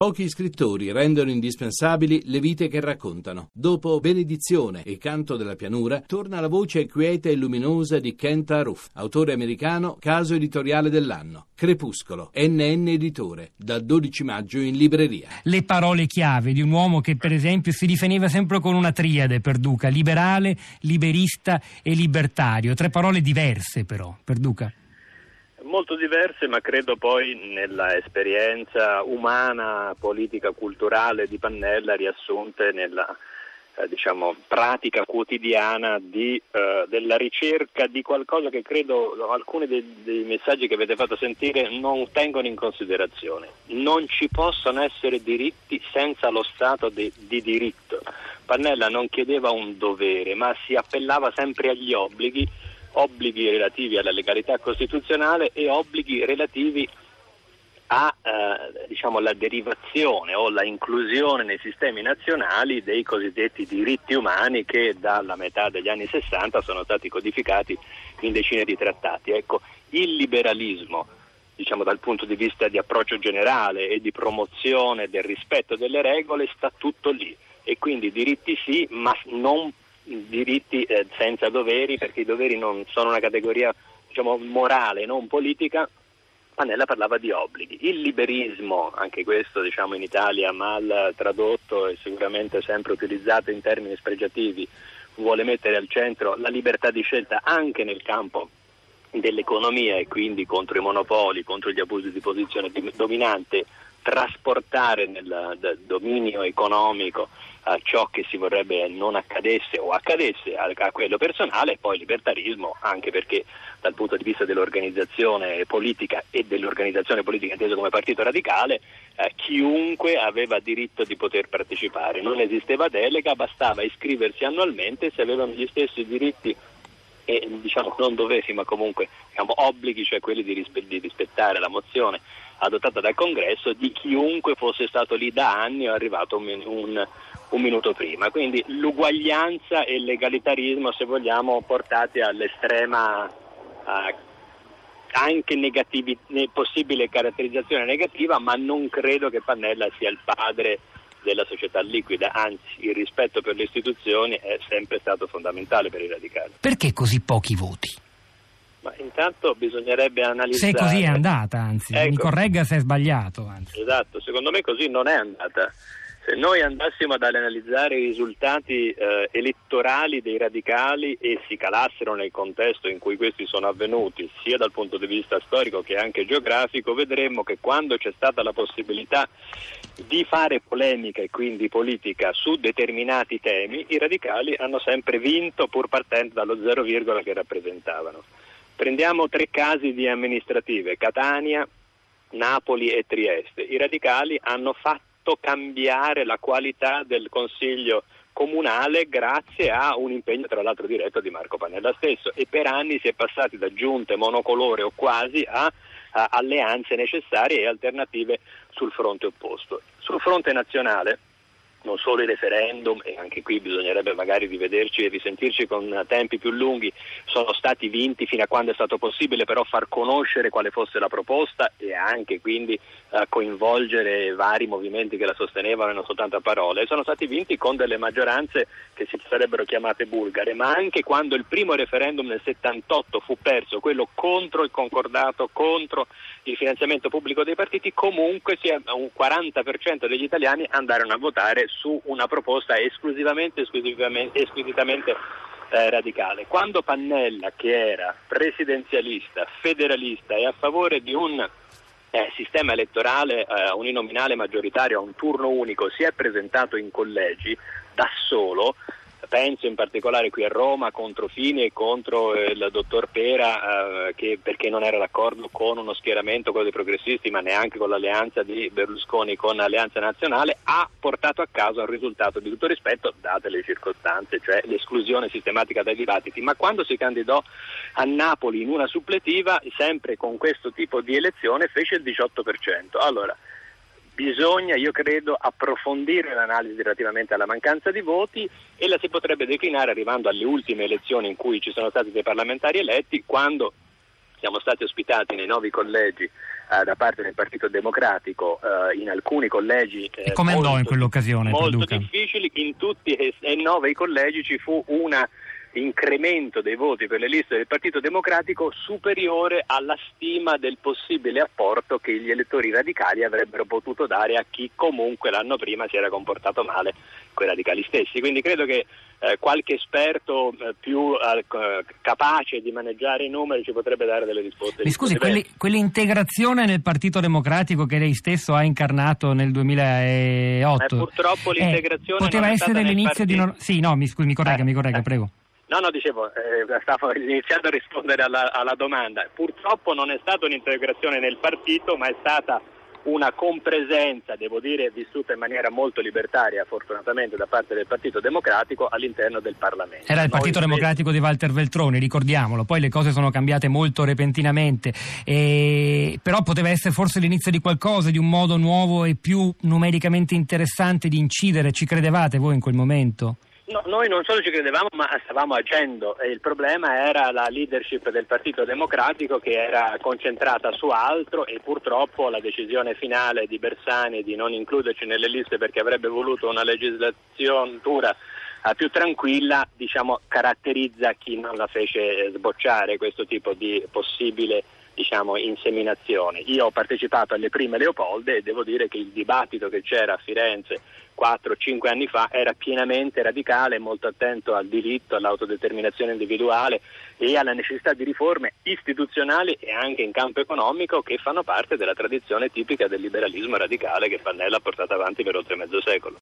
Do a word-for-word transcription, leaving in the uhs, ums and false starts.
Pochi scrittori rendono indispensabili le vite che raccontano. Dopo Benedizione e Canto della pianura, torna la voce quieta e luminosa di Kent Aruf, autore americano, caso editoriale dell'anno. Crepuscolo, N N Editore, dal dodici maggio in libreria. Le parole chiave di un uomo che, per esempio, si defineva sempre con una triade Perduca: liberale, liberista e libertario. Tre parole diverse, però, Perduca. Molto diverse, ma credo poi nella esperienza umana, politica, culturale di Pannella riassunte nella eh, diciamo pratica quotidiana di, eh, della ricerca di qualcosa che credo alcuni dei, dei messaggi che avete fatto sentire non tengono in considerazione. Non ci possono essere diritti senza lo Stato di, di diritto. Pannella non chiedeva un dovere, ma si appellava sempre agli obblighi, obblighi relativi alla legalità costituzionale e obblighi relativi a eh, diciamo la derivazione o la inclusione nei sistemi nazionali dei cosiddetti diritti umani che dalla metà degli anni sessanta sono stati codificati in decine di trattati. Ecco, il liberalismo, diciamo dal punto di vista di approccio generale e di promozione del rispetto delle regole, sta tutto lì, e quindi diritti sì, ma non diritti eh, senza doveri, perché i doveri non sono una categoria diciamo morale, non politica. Pannella parlava di obblighi. Il liberismo, anche questo diciamo in Italia mal tradotto e sicuramente sempre utilizzato in termini spregiativi, vuole mettere al centro la libertà di scelta anche nel campo dell'economia e quindi contro i monopoli, contro gli abusi di posizione dominante, trasportare nel, nel dominio economico a ciò che si vorrebbe non accadesse o accadesse a, a quello personale, e poi libertarismo anche perché dal punto di vista dell'organizzazione politica e dell'organizzazione politica inteso come partito radicale, eh, chiunque aveva diritto di poter partecipare, non esisteva delega, bastava iscriversi annualmente, se avevano gli stessi diritti e diciamo non doveri ma comunque diciamo obblighi, cioè quelli di, rispe- di rispettare la mozione adottata dal Congresso di chiunque fosse stato lì da anni o arrivato un, un, un minuto prima. Quindi l'uguaglianza e il legalitarismo, se vogliamo, portati all'estrema uh, anche negativi, possibile caratterizzazione negativa, ma non credo che Pannella sia il padre della società liquida, anzi il rispetto per le istituzioni è sempre stato fondamentale per i radicali. Perché così pochi voti? Ma intanto bisognerebbe analizzare. Se così è andata, anzi, ecco, mi corregga se è sbagliato. Anzi. Esatto, secondo me così non è andata. Se noi andassimo ad analizzare i risultati eh, elettorali dei radicali e si calassero nel contesto in cui questi sono avvenuti, sia dal punto di vista storico che anche geografico, vedremmo che quando c'è stata la possibilità di fare polemica e quindi politica su determinati temi, i radicali hanno sempre vinto pur partendo dallo zero virgola che rappresentavano. Prendiamo tre casi di amministrative: Catania, Napoli e Trieste. I radicali hanno fatto cambiare la qualità del Consiglio comunale grazie a un impegno tra l'altro diretto di Marco Pannella stesso, e per anni si è passati da giunte monocolore o quasi a, a alleanze necessarie e alternative sul fronte opposto. Sul fronte nazionale non solo i referendum, e anche qui bisognerebbe magari rivederci e risentirci con tempi più lunghi, sono stati vinti fino a quando è stato possibile però far conoscere quale fosse la proposta e anche quindi eh, coinvolgere vari movimenti che la sostenevano e non soltanto a parole. Sono stati vinti con delle maggioranze che si sarebbero chiamate bulgare, ma anche quando il primo referendum nel settantotto fu perso, quello contro il concordato, contro il finanziamento pubblico dei partiti, comunque sia un quaranta per cento degli italiani andarono a votare su una proposta esclusivamente, esclusivamente, esclusivamente eh, radicale. Quando Pannella, che era presidenzialista, federalista e a favore di un eh, sistema elettorale eh, uninominale maggioritario a un turno unico, si è presentato in collegi da solo, penso in particolare qui a Roma contro Fini e contro il dottor Pera, eh, che perché non era d'accordo con uno schieramento, quello dei progressisti, ma neanche con l'alleanza di Berlusconi con l'Alleanza Nazionale, ha portato a casa un risultato di tutto rispetto, date le circostanze, cioè l'esclusione sistematica dai dibattiti. Ma quando si candidò a Napoli in una suppletiva, sempre con questo tipo di elezione, fece il diciotto per cento. Allora, bisogna, io credo, approfondire l'analisi relativamente alla mancanza di voti, e la si potrebbe declinare arrivando alle ultime elezioni in cui ci sono stati dei parlamentari eletti, quando siamo stati ospitati nei nuovi collegi eh, da parte del Partito Democratico eh, in alcuni collegi eh, e come andò in quell'occasione? molto difficili, in tutti e, e nove i collegi ci fu una incremento dei voti per le liste del Partito Democratico superiore alla stima del possibile apporto che gli elettori radicali avrebbero potuto dare a chi comunque l'anno prima si era comportato male con i radicali stessi. Quindi credo che eh, qualche esperto eh, più eh, capace di maneggiare i numeri ci potrebbe dare delle risposte. Mi scusi, quelli, quell'integrazione nel Partito Democratico che lei stesso ha incarnato nel duemilaotto, eh, purtroppo l'integrazione eh, poteva non è essere stata l'inizio di una... Sì, no, mi, scusi, mi corregga, eh, mi corregga, eh. prego. No, no, dicevo, eh, stavo iniziando a rispondere alla, alla domanda. Purtroppo non è stata un'integrazione nel partito, ma è stata una compresenza, devo dire, vissuta in maniera molto libertaria, fortunatamente, da parte del Partito Democratico all'interno del Parlamento. Era il Partito Noi Democratico di Walter Veltroni, ricordiamolo, poi le cose sono cambiate molto repentinamente, e... però poteva essere forse l'inizio di qualcosa, di un modo nuovo e più numericamente interessante di incidere. Ci credevate voi in quel momento? No, noi non solo ci credevamo, ma stavamo agendo, e il problema era la leadership del Partito Democratico che era concentrata su altro, e purtroppo la decisione finale di Bersani di non includerci nelle liste perché avrebbe voluto una legislatura più tranquilla, diciamo, caratterizza chi non la fece sbocciare questo tipo di possibile, diciamo, inseminazione. Io ho partecipato alle prime Leopolde e devo dire che il dibattito che c'era a Firenze quattro cinque anni fa era pienamente radicale, molto attento al diritto, all'autodeterminazione individuale e alla necessità di riforme istituzionali e anche in campo economico che fanno parte della tradizione tipica del liberalismo radicale che Pannella ha portato avanti per oltre mezzo secolo.